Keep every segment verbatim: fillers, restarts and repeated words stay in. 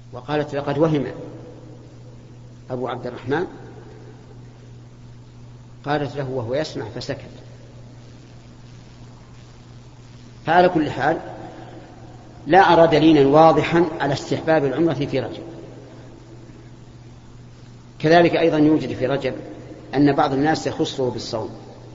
وقالت لقد وهم أبو عبد الرحمن. قالت له وهو يسمع فسكت. فعلى كل حال لا أرى دليلا واضحا على استحباب العمرة في رجب. كذلك أيضا يوجد في رجب أن بعض الناس يخصه بالصوم،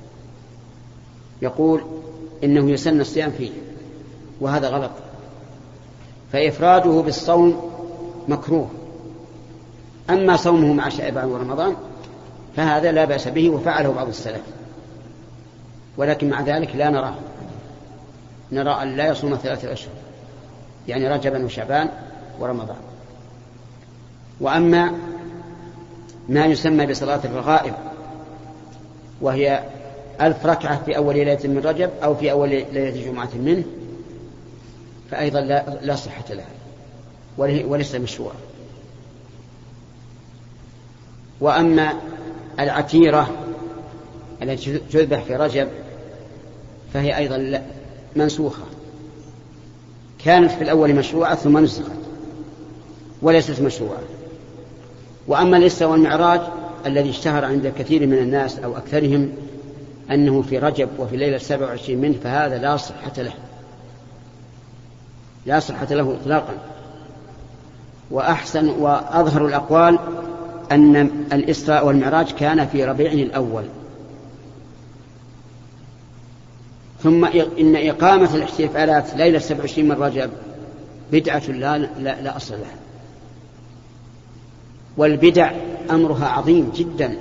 يقول إنه يسن الصيام فيه، وهذا غلط، فإفراده بالصوم مكروه. أما صومه مع شعبان ورمضان فهذا لا بأس به، وفعله بعض السلف، ولكن مع ذلك لا نراه نرى أن لا يصوم ثلاثة أشهر، يعني رجبا وشعبان ورمضان. وأما ما يسمى بصلاة الرغائب، وهي ألف ركعة في أول ليلة من رجب أو في أول ليلة جمعة منه، فأيضا لا, لا صحة لها وليس مشروعا. وأما العتيرة التي تذبح في رجب فهي أيضا منسوخة، كانت في الأول مشروعة ثم نسخت وليست مشروعة. وأما الإسراء والمعراج الذي اشتهر عند كثير من الناس أو أكثرهم أنه في رجب وفي ليلة سبع وعشرين منه، فهذا لا صحة له لا صحة له إطلاقا. وأحسن وأظهر الأقوال أن الإسراء والمعراج كان في ربيع الأول. ثم إن إقامة الاحتفالات ليلة سبع وعشرين من رجب بدعة لا, لا, لا أصل لها، والبدع أمرها عظيم جدا،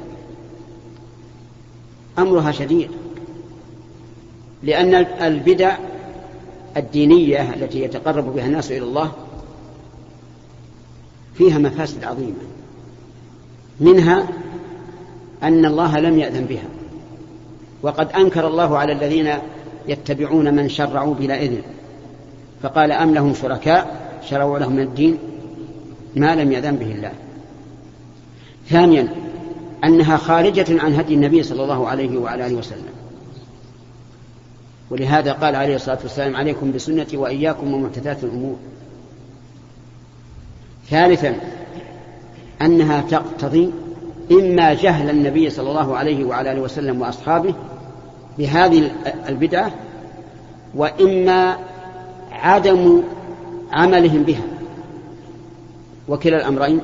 أمرها شديد، لأن البدع الدينية التي يتقرب بها الناس إلى الله فيها مفاسد عظيمة، منها أن الله لم يأذن بها، وقد أنكر الله على الذين يتبعون من شرعوا بلا إذن، فقال أم لهم شركاء شرعوا لهم من الدين ما لم يأذن به الله. ثانيا أنها خارجة عن هدي النبي صلى الله عليه وعلى آله وسلم، ولهذا قال عليه الصلاة والسلام عليكم بسنتي وإياكم ومحدثات الأمور. ثالثا أنها تقتضي إما جهل النبي صلى الله عليه وعلى آله وسلم وأصحابه بهذه البدعة، وإما عدم عملهم بها، وكلا الأمرين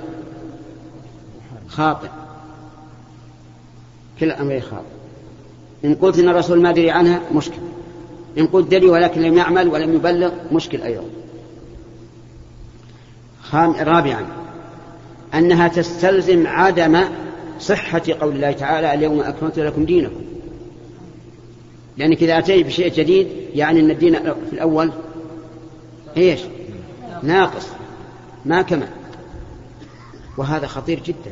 خاطئ كلا الأمرين خاطئ. إن قلت إن الرسول ما دري عنها مشكل، إن قلت دري ولكن لم يعمل ولم يبلغ مشكل أيضا. رابعا أنها تستلزم عدم صحة قول الله تعالى اليوم أكملت لكم دينكم، لأنك إذا أتيت بشيء جديد يعني أن الدين في الأول إيش ناقص ما كمل، وهذا خطير جدا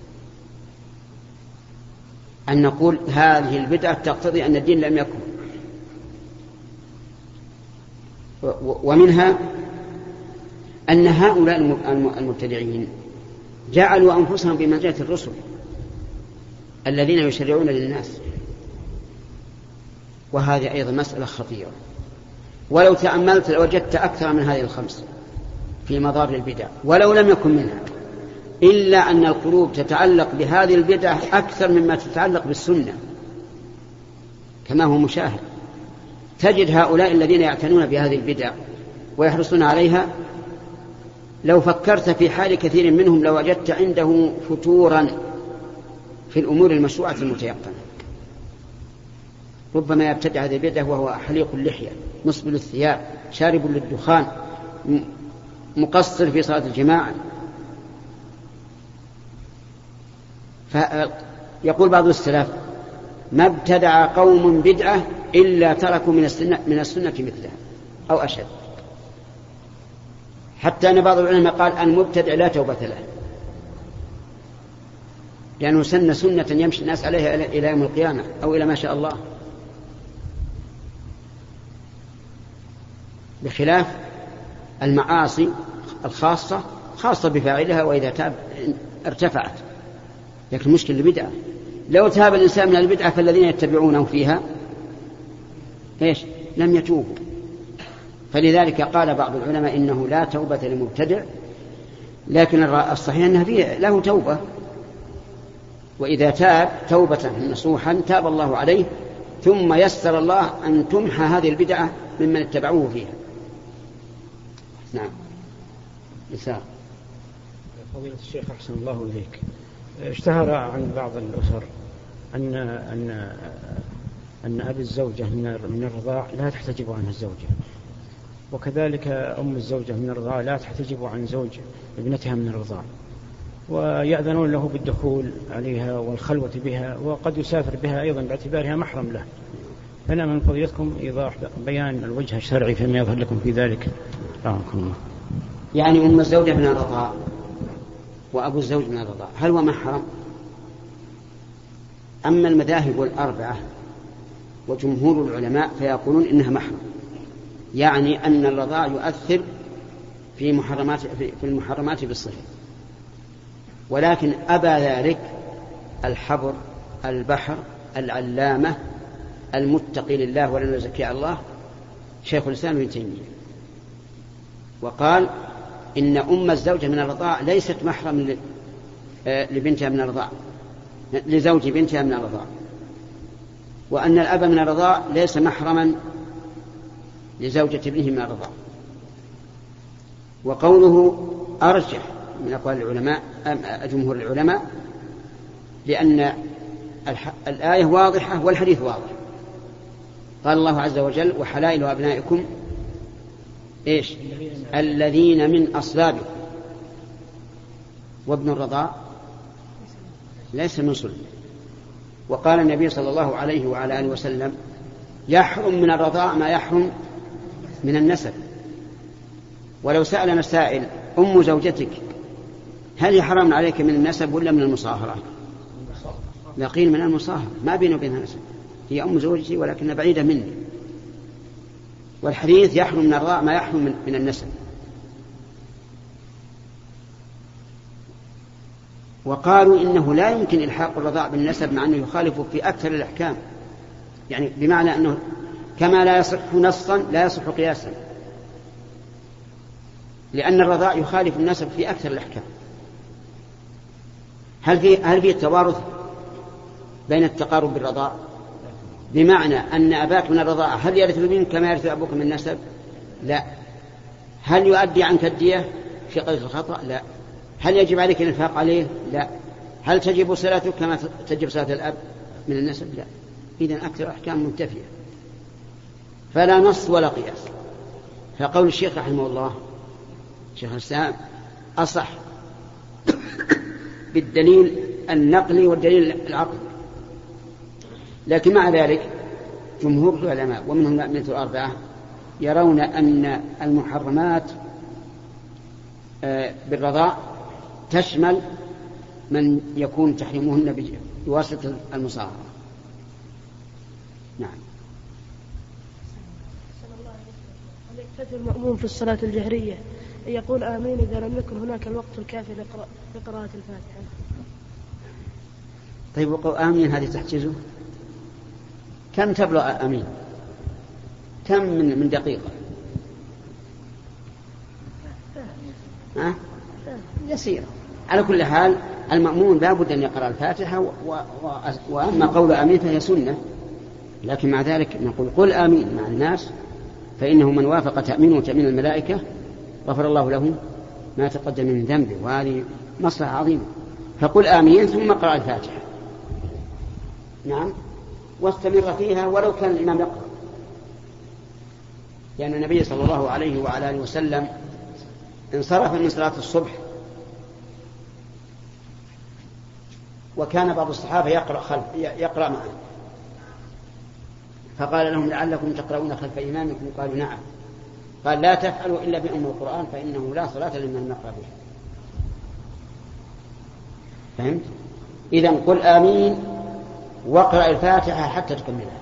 أن نقول هذه البدعة تقتضي أن الدين لم يكن. ومنها أن هؤلاء المبتدعين جعلوا أنفسهم بمنزلة الرسل الذين يشرعون للناس، وهذه أيضا مسألة خطيرة. ولو تأملت لوجدت أكثر من هذه الخمس في مضار البدع، ولو لم يكن منها، إلا أن القلوب تتعلق بهذه البدع أكثر مما تتعلق بالسنة كما هو مشاهد. تجد هؤلاء الذين يعتنون بهذه البدع ويحرصون عليها، لو فكرت في حال كثير منهم لوجدت عنده فتورا في الأمور المشروعة المتيقنة. ربما يبتدع هذه البدع وهو حليق اللحية، مسبل الثياب، شارب للدخان، مقصر في صلاة الجماعة. فيقول بعض السلف ما ابتدع قوم بدعة إلا تركوا من السنة, من السنة مثلها أو أشد. حتى أن بعض العلماء قال المبتدع لا توبة له، لأنه سن سنة يمشي الناس عليها إلى يوم القيامة أو إلى ما شاء الله، بخلاف المعاصي الخاصة خاصة بفاعلها، وإذا تاب ارتفعت. لكن المشكلة البدعة، لو تاب الإنسان من البدعة فالذين يتبعونه فيها إيش لم يتوبوا. فلذلك قال بعض العلماء إنه لا توبة للمبتدع لكن الصحيح أنها فيه له توبة، وإذا تاب توبة نصوحا تاب الله عليه، ثم يسر الله أن تمحى هذه البدعة ممن اتبعوه فيها. نعم. إساء. فضيلة الشيخ أحسن الله إليك، اشتهر عن بعض الأسر أن أن أن أبي الزوجة من الرضاع لا تحتجب عنها الزوجة، وكذلك أم الزوجة من الرضاع لا تحتجب عن زوج ابنتها من الرضاع، ويأذنون له بالدخول عليها والخلوة بها، وقد يسافر بها أيضا باعتبارها محرم له. فأنا من فضيلتكم إيضاح بيان الوجه الشرعي فيما يظهر لكم في ذلك. رحمكم الله. يعني أم الزوجة من الرضاع وأبو الزوج من الرضاع هل هو محرم؟ أما المذاهب الأربعة وجمهور العلماء فيقولون إنها محرم، يعني أن الرضاع يؤثر في محرمات في المحرمات بالصفة، ولكن أبى ذلك الحبر البحر العلامة المتقي لله ولن يزكي على الله شيخ الإسلام ابن تيمية، وقال إن أم الزوجة من الرضاع ليست محرم لبنتها من الرضاع لزوج بنتها من الرضاع، وأن الأب من الرضاع ليس محرما لزوجة ابنه من الرضاع. وقوله أرجح من أقوال العلماء جمهور العلماء، لأن الآية واضحة والحديث واضح. قال الله عز وجل وحلائل أبنائكم إيش؟ الذين من أصلابكم، وابن الرضاع ليس من صلب. وقال النبي صلى الله عليه وعلى آله وسلم يحرم من الرضاع ما يحرم من النسب. ولو سأل مسائل أم زوجتك هل يحرم عليك من النسب ولا من المصاهرة؟ لقيل من المصاهرة، ما بينه وبينها نسب، هي أم زوجتي ولكنها بعيدة مني. والحديث يحرم من الرضاع ما يحرم من النسب. وقالوا إنه لا يمكن إلحاق الرضاع بالنسب مع أنه يخالف في أكثر الأحكام، يعني بمعنى أنه كما لا يصح نصا لا يصح قياسا، لأن الرضاع يخالف النسب في أكثر الأحكام. هل في هل في توارث بين التقارب بالرضاع؟ بمعنى أن أباك من الرضاعة هل يرث منك كما يرث أبوك من النسب؟ لا. هل يؤدي عنك الدية في قضية الخطأ؟ لا. هل يجب عليك الإنفاق عليه؟ لا. هل تجب صلاتك كما تجب صلاة الأب من النسب؟ لا. إذن أكثر أحكام منتفية، فلا نص ولا قياس. فقول الشيخ رحمه الله شيخ الإسلام أصح بالدليل النقلي والدليل العقلي. لكن مع ذلك جمهور العلماء ومنهم الأئمة الأربعة يرون أن المحرمات بالرضاع تشمل من يكون تحريمهن بواسطة المصاهرة. نعم. هل يكتفي المأموم في الصلاة الجهرية أن يقول آمين إذا لم يكن هناك الوقت الكافي لقراءة الفاتحة؟ طيب وقول آمين هذه تحجزه؟ كم تبلغ آمين؟ كم من من دقيقة؟ ها؟ يسير. على كل حال المأمون لا بد أن يقرأ الفاتحة، و... و... وأما قول آمين فهي سنة، لكن مع ذلك نقول قل آمين مع الناس، فإنه من وافق تأمين وتأمين الملائكة غفر الله له ما تقدم من ذنبه، وهذه مصلحة عظيمة. فقل آمين ثم اقرأ الفاتحة. نعم. واستمر فيها ولو كان الإمام يقرأ، لأن النبي صلى الله عليه وعلى آله وسلم انصرف من صلاة الصبح وكان بعض الصحابة يقرأ خلف يقرأ معه، فقال لهم لعلكم تقرؤون خلف إمامكم؟ قالوا نعم. قال لا تفعلوا إلا بأم القرآن فإنه لا صلاة لمن يقرأ بها. فهمت؟ إذن قل آمين واقرأ الفاتحة حتى تكملها.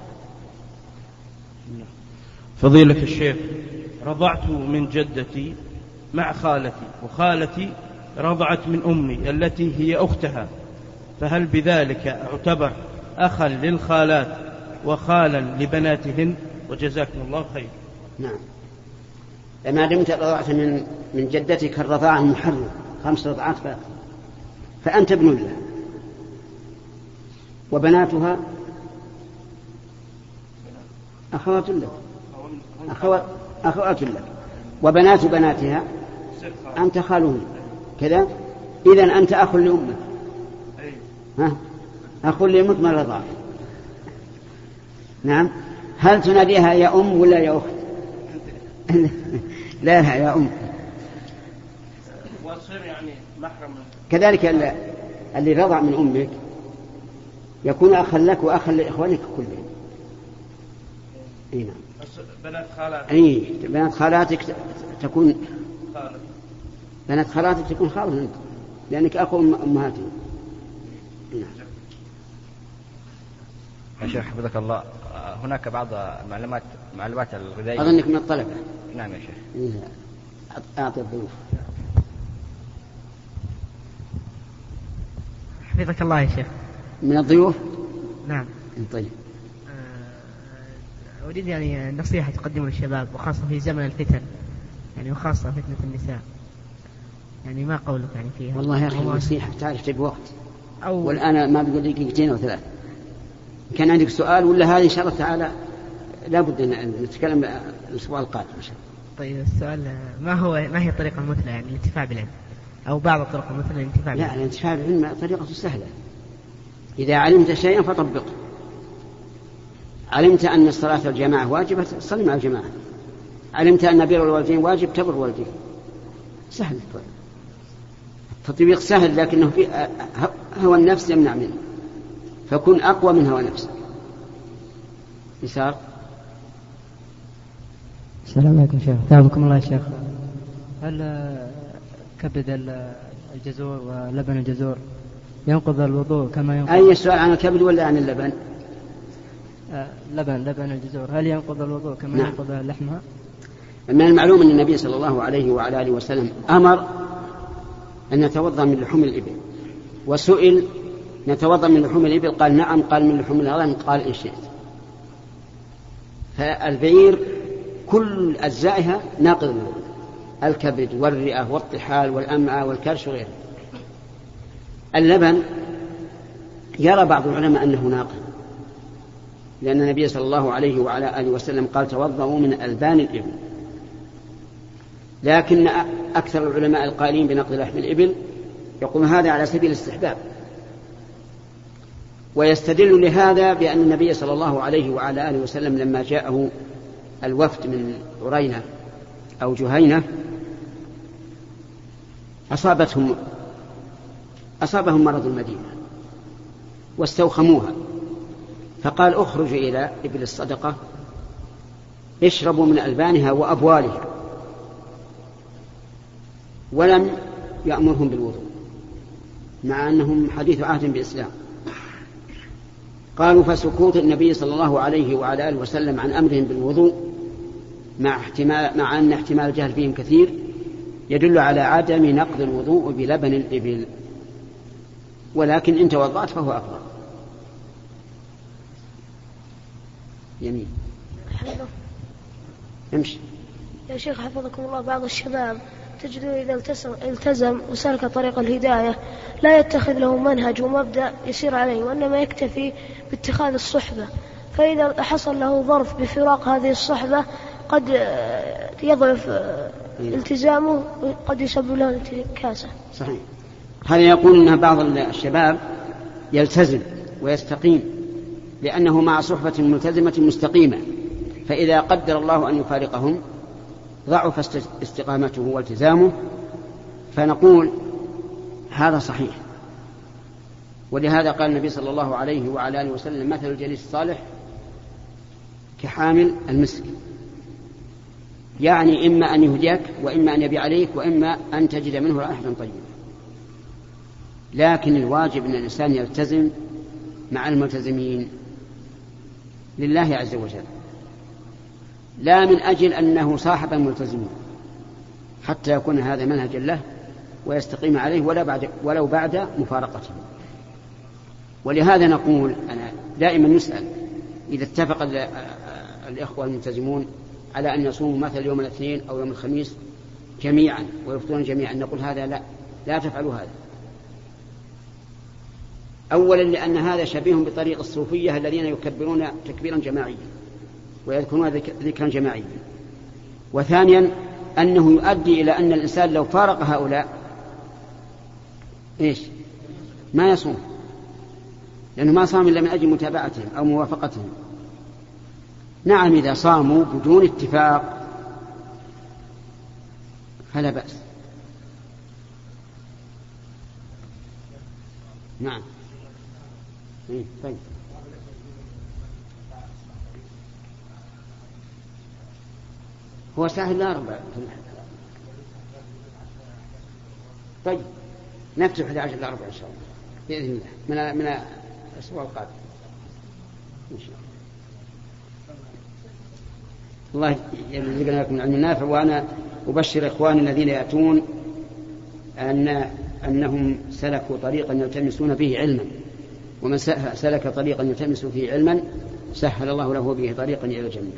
فضيلة الشيخ، رضعت من جدتي مع خالتي، وخالتي رضعت من أمي التي هي أختها، فهل بذلك اعتبر أخا للخالات وخالا لبناتهن؟ وجزاكم الله خير. نعم. لما دمت رضعت من من جدتك الرضاعة المحرمة خمس رضعات فأنت ابن لها، وبناتها أخوات لك أخوات لك وبنات بناتها أنت خالهم كذا. إذن أنت أخ لأمك، ها أخ لأمك من الرضاعة. نعم. هل تناديها يا أم ولا يا أخت؟ لا لا يا أم. يعني محرم. كذلك اللي رضع من أمك يكون أخا لك وأخا لإخوانك كلهم. نعم. بنات خالاتك. أي بنات خالاتك تكون خالة. بنات خالاتك تكون خالة أنت لأنك أخو أمهاتهم. نعم. يا شيخ حفظك الله، هناك بعض معلومات معلومات الغذائية. أظنك من الطلبة. نعم يا شيخ. أعطي الضيوف. حفظك الله يا شيخ. من الضيوف. نعم. طيب. أريد يعني نصيحة تقدمها للشباب وخاصة في زمن الفتن، يعني وخاصة فتنة النساء، يعني ما قولك يعني فيها؟ والله يا أخي نصيحة تعرف تبي وقت أو والآن ما بقول لك دقيقتين أو ثلاث. كان عندك سؤال ولا هذه إن شاء الله تعالى لابد أن نتكلم الأسبوع القادم إن شاء الله. طيب السؤال ما هو ما هي الطريقة المثلى يعني الانتفاع بالعلم أو بعض الطرق المثلى للانتفاع بالعلم؟ لا الانتفاع بالعلم طريقة سهلة. إذا علمت شيئا فطبقه. علمت أن الصلاة الجماعة واجبة صلي مع الجماعة. علمت أن بر الوالدين واجب تبر الوالدين. سهل التطبيق سهل، لكنه في هوى النفس يمنع منه، فكن أقوى من هوى نفسك. يسار. السلام عليكم شيخ. ثابكم الله يا شيخ. هل كبد الجزور ولبن الجزور ينقض الوضوء كما ينقض؟ أي سؤال عن الكبد ولا عن اللبن؟ آه لبن لبن الجزور هل ينقض الوضوء كما نعم. ينقض لحمها؟ من المعلوم أن النبي صلى الله عليه وعلى آله وسلم أمر أن نتوضأ من لحوم الإبل، وسئل نتوضأ من لحوم الإبل قال نعم، قال من لحوم الغنم قال إن شئت. فالبعير كل أجزائها ناقض الوضوء، الكبد والرئة والطحال والأمعاء والكرش وغيره. اللبن يرى بعض العلماء أنه ناقض، لأن النبي صلى الله عليه وعلى آله وسلم قال توضأوا من ألبان الإبل. لكن أكثر العلماء القائلين بنقض لحم الإبل يقول هذا على سبيل الاستحباب، ويستدل لهذا بأن النبي صلى الله عليه وعلى آله وسلم لما جاءه الوفد من عرينة أو جهينة أصابتهم أصابهم مرض المدينة واستوخموها، فقال اخرجوا إلى إبل الصدقة اشربوا من ألبانها وأبوالها، ولم يأمرهم بالوضوء مع أنهم حديث عهد بإسلام. قالوا فسكوت النبي صلى الله عليه وعلى آله وسلم عن أمرهم بالوضوء مع احتمال مع أن احتمال الجهل فيهم كثير يدل على عدم نقض الوضوء بلبن الإبل، ولكن إن توضأت فهو أفضل. يمين امشي يا شيخ حفظكم الله. بعض الشباب تجده إذا التزم وسلك طريق الهداية لا يتخذ له منهج ومبدأ يسير عليه، وإنما يكتفي باتخاذ الصحبة، فإذا حصل له ظرف بفراق هذه الصحبة قد يضعف التزامه وقد يسبب له انتكاسة. صحيح. هذا يقول أن بعض الشباب يلتزم ويستقيم لأنه مع صحبة ملتزمة مستقيمة، فإذا قدر الله أن يفارقهم ضعف استقامته والتزامه، فنقول هذا صحيح. ولهذا قال النبي صلى الله عليه وعلى آله وسلم مثل الجليس الصالح كحامل المسك، يعني إما أن يهديك وإما أن يبيع عليك وإما أن تجد منه رائحة طيبة. لكن الواجب أن الإنسان يلتزم مع الملتزمين لله عز وجل، لا من أجل أنه صاحب الملتزمين، حتى يكون هذا منهجا له ويستقيم عليه ولا بعد ولو بعد مفارقته. ولهذا نقول أنا دائما نسأل إذا اتفق الإخوة الملتزمون على أن يصوموا مثل يوم الاثنين أو يوم الخميس جميعا ويفطرون جميعا، نقول هذا لا، لا تفعلوا هذا. أولا لأن هذا شبيه بطريق الصوفية الذين يكبرون تكبيرا جماعيا ويذكرون ذكرا جماعيا. وثانيا أنه يؤدي إلى أن الإنسان لو فارق هؤلاء إيش ما يصوم، لأنه ما صام إلا من أجل متابعتهم أو موافقتهم. نعم إذا صاموا بدون اتفاق فلا بأس. نعم. طيب. هو ساعة إلا ربع. طيب نفتح إحدى عشر إلا ربع إن شاء الله بإذن الله من من الأسبوع القادم إن شاء الله. الله يرزقنا لكم العلم النافع. وأنا أبشر إخواني الذين يأتون أن أنهم سلكوا طريقا يلتمسون به علما، ومن سلك طريقا يلتمس فيه علما سهل الله له به طريقا إلى الجنة.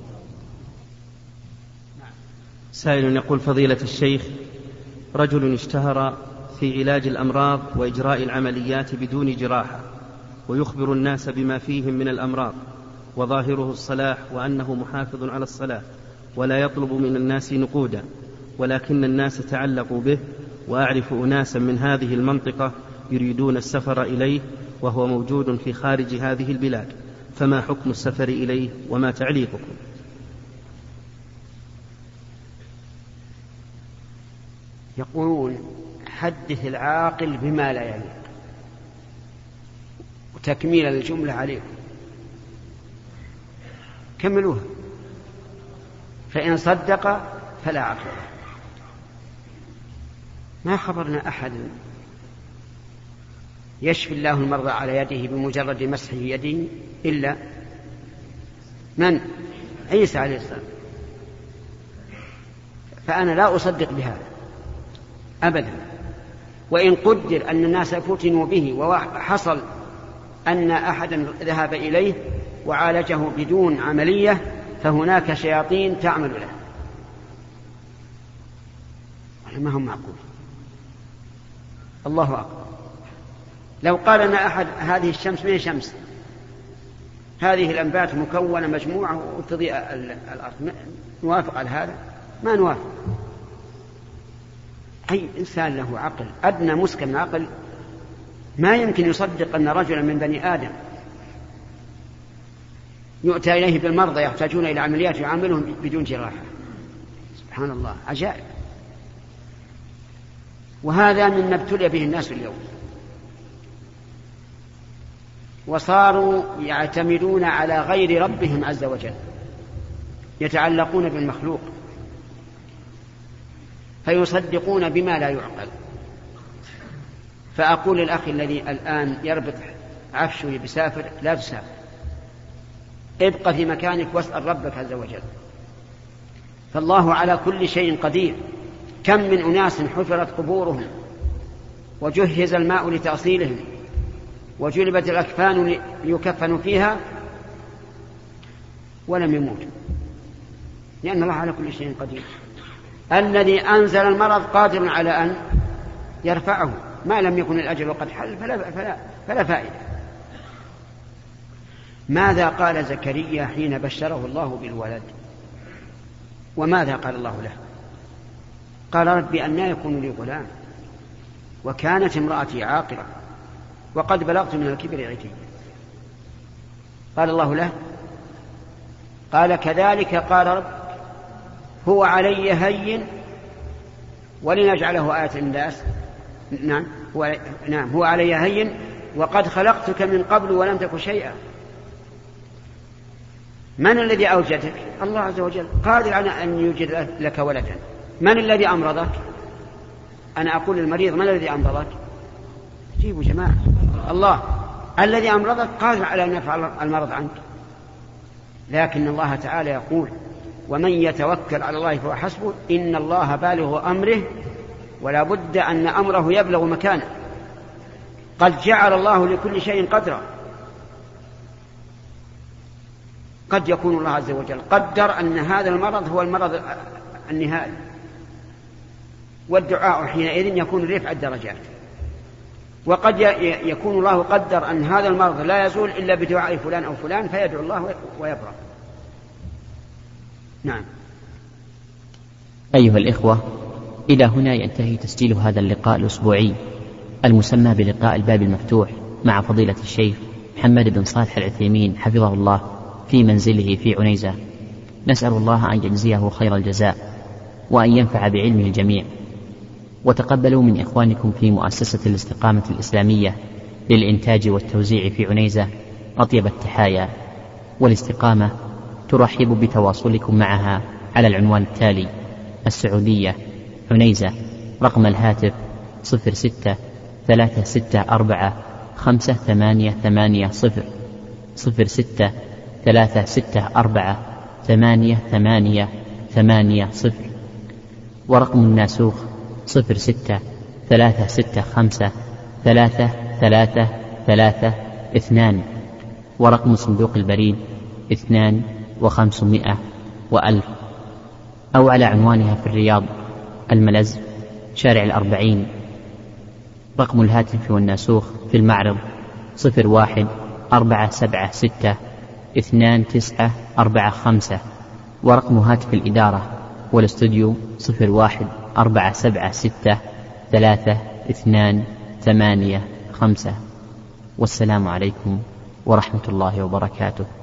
سائل يقول: فضيلة الشيخ، رجل اشتهر في علاج الأمراض وإجراء العمليات بدون جراحة، ويخبر الناس بما فيهم من الأمراض، وظاهره الصلاح وأنه محافظ على الصلاة ولا يطلب من الناس نقودا، ولكن الناس تعلقوا به، وأعرف أناسا من هذه المنطقة يريدون السفر إليه وهو موجود في خارج هذه البلاد، فما حكم السفر إليه وما تعليقكم؟ يقولون حدث العاقل بما لا يليق، وتكميل الجملة عليكم كملوها، فإن صدق فلا عقل. ما خبرنا أحد يشفي الله المرضى على يده بمجرد مسحه يده إلا من؟ عيسى عليه السلام. فأنا لا أصدق بهذا أبدا. وإن قدر أن الناس فتنوا به وحصل أن أحدا ذهب إليه وعالجه بدون عملية فهناك شياطين تعمل له، ما هم معقول. الله أكبر. لو قال أن أحد هذه الشمس من شمس، هذه الأنبات مكونة مجموعة وتضيء الأرض، نوافق على هذا؟ ما نوافق. أي إنسان له عقل أدنى مسكن عقل ما يمكن يصدق أن رجلا من بني آدم يؤتى إليه بالمرضى يحتاجون إلى عمليات يعاملهم بدون جراحة. سبحان الله، عجائب. وهذا مما ابتلي به الناس اليوم، وصاروا يعتمدون على غير ربهم عز وجل، يتعلقون بالمخلوق فيصدقون بما لا يعقل. فأقول للأخ الذي الآن يربط عفشه بسافر: لا تسافر، ابق في مكانك واسأل ربك عز وجل، فالله على كل شيء قدير. كم من أناس حفرت قبورهم وجهز الماء لتأصيلهم وجلبت الأكفان ليكفنوا فيها ولم يموتوا، لأن الله على كل شيء قدير. الذي أنزل المرض قادر على أن يرفعه، ما لم يكن الأجل وقد حل فلا, فلا, فلا فائدة. ماذا قال زكريا حين بشره الله بالولد؟ وماذا قال الله له؟ قال: ربي أنى يكون لي غلام وكانت امرأتي عاقرة وقد بلغت من الكبر عتيا. قال الله له: قال: كذلك قال رب هو علي هين ولنجعله آية للناس. نعم هو, نعم هو علي هين وقد خلقتك من قبل ولم تك شيئا. من الذي أوجدك؟ الله عز وجل قادر على أن يوجد لك ولدا. من الذي أمرضك؟ أنا أقول للمريض: من الذي أمرضك؟ جيبوا جماعة. الله الذي أمرضك قادر على أن يفعل المرض عنك. لكن الله تعالى يقول: ومن يتوكل على الله فهو حسبه إن الله بالغ أمره ولا بد أن أمره يبلغ مكانه. قد جعل الله لكل شيء قدرا. قد يكون الله عز وجل قدر أن هذا المرض هو المرض النهائي، والدعاء حينئذ يكون رفع الدرجات. وقد يكون الله قدر أن هذا المرض لا يزول إلا بدعاء فلان أو فلان فيدعو الله ويبرأ. نعم. أيها الإخوة، إلى هنا ينتهي تسجيل هذا اللقاء الأسبوعي المسمى بلقاء الباب المفتوح مع فضيلة الشيخ محمد بن صالح العثيمين حفظه الله في منزله في عنيزة. نسأل الله أن يجزيه خير الجزاء وأن ينفع بعلمه الجميع. وتقبلوا من إخوانكم في مؤسسة الاستقامة الإسلامية للإنتاج والتوزيع في عنيزة أطيب التحايا. والاستقامة ترحب بتواصلكم معها على العنوان التالي: السعودية، عنيزة، رقم الهاتف صفر ستة ثلاثة ستة أربعة خمسة ثمانية ثمانية صفر صفر ستة ثلاثة ستة أربعة ثمانية ثمانية ثمانية صفر. ورقم الناسوخ صفر ستة ثلاثة ستة خمسة ثلاثة ثلاثة ثلاثة اثنان. ورقم صندوق البريد اثنان وخمسمائة وألف. أو على عنوانها في الرياض، الملز، شارع الأربعين. رقم الهاتف والناسوخ في المعرض صفر واحد أربعة سبعة ستة اثنان تسعة أربعة خمسة. ورقم هاتف الإدارة والاستوديو صفر واحد أربعة سبعة ستة ثلاثة اثنان ثمانية خمسة. والسلام عليكم ورحمة الله وبركاته.